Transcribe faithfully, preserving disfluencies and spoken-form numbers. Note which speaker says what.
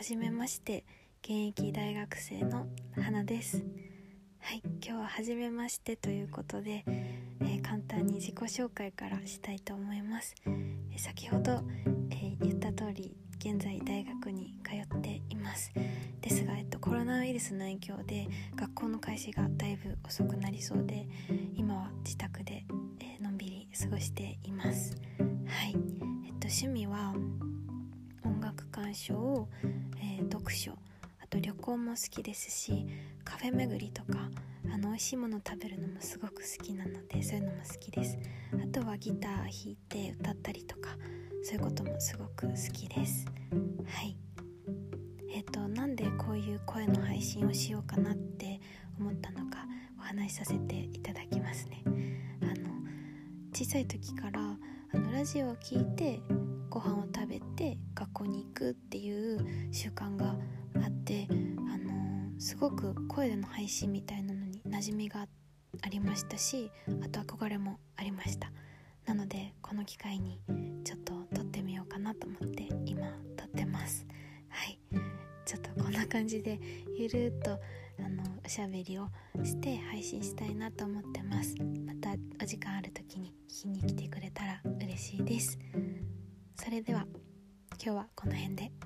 Speaker 1: はじめまして、現役大学生の花です。はい、今日ははじめましてということで、えー、簡単に自己紹介からしたいと思います。えー、先ほど、えー、言った通り現在大学に通っています。ですが、えっと、コロナウイルスの影響で学校の開始がだいぶ遅くなりそうで、今は自宅で、えー、のんびり過ごしています。はい、えっと、趣味は音楽鑑賞、えー、読書、あと旅行も好きですし、カフェ巡りとかあの美味しいもの食べるのもすごく好きなので、そういうのも好きです。あとはギター弾いて歌ったりとか、そういうこともすごく好きです。はい、えっとなんでこういう声の配信をしようかなって思ったのかお話しさせていただきますね。あの小さい時からあのラジオを聞いてご飯を食べて学校に行くっていう習慣があって、あのー、すごく声での配信みたいなのに馴染みがありましたし、あと憧れもありました。なのでこの機会にちょっと撮ってみようかなと思って今撮ってます。はい、ちょっとこんな感じでゆるっとあのおしゃべりをして配信したいなと思ってます。またお時間ある時に聞きに来てくれたら嬉しいです。それでは今日はこの辺で。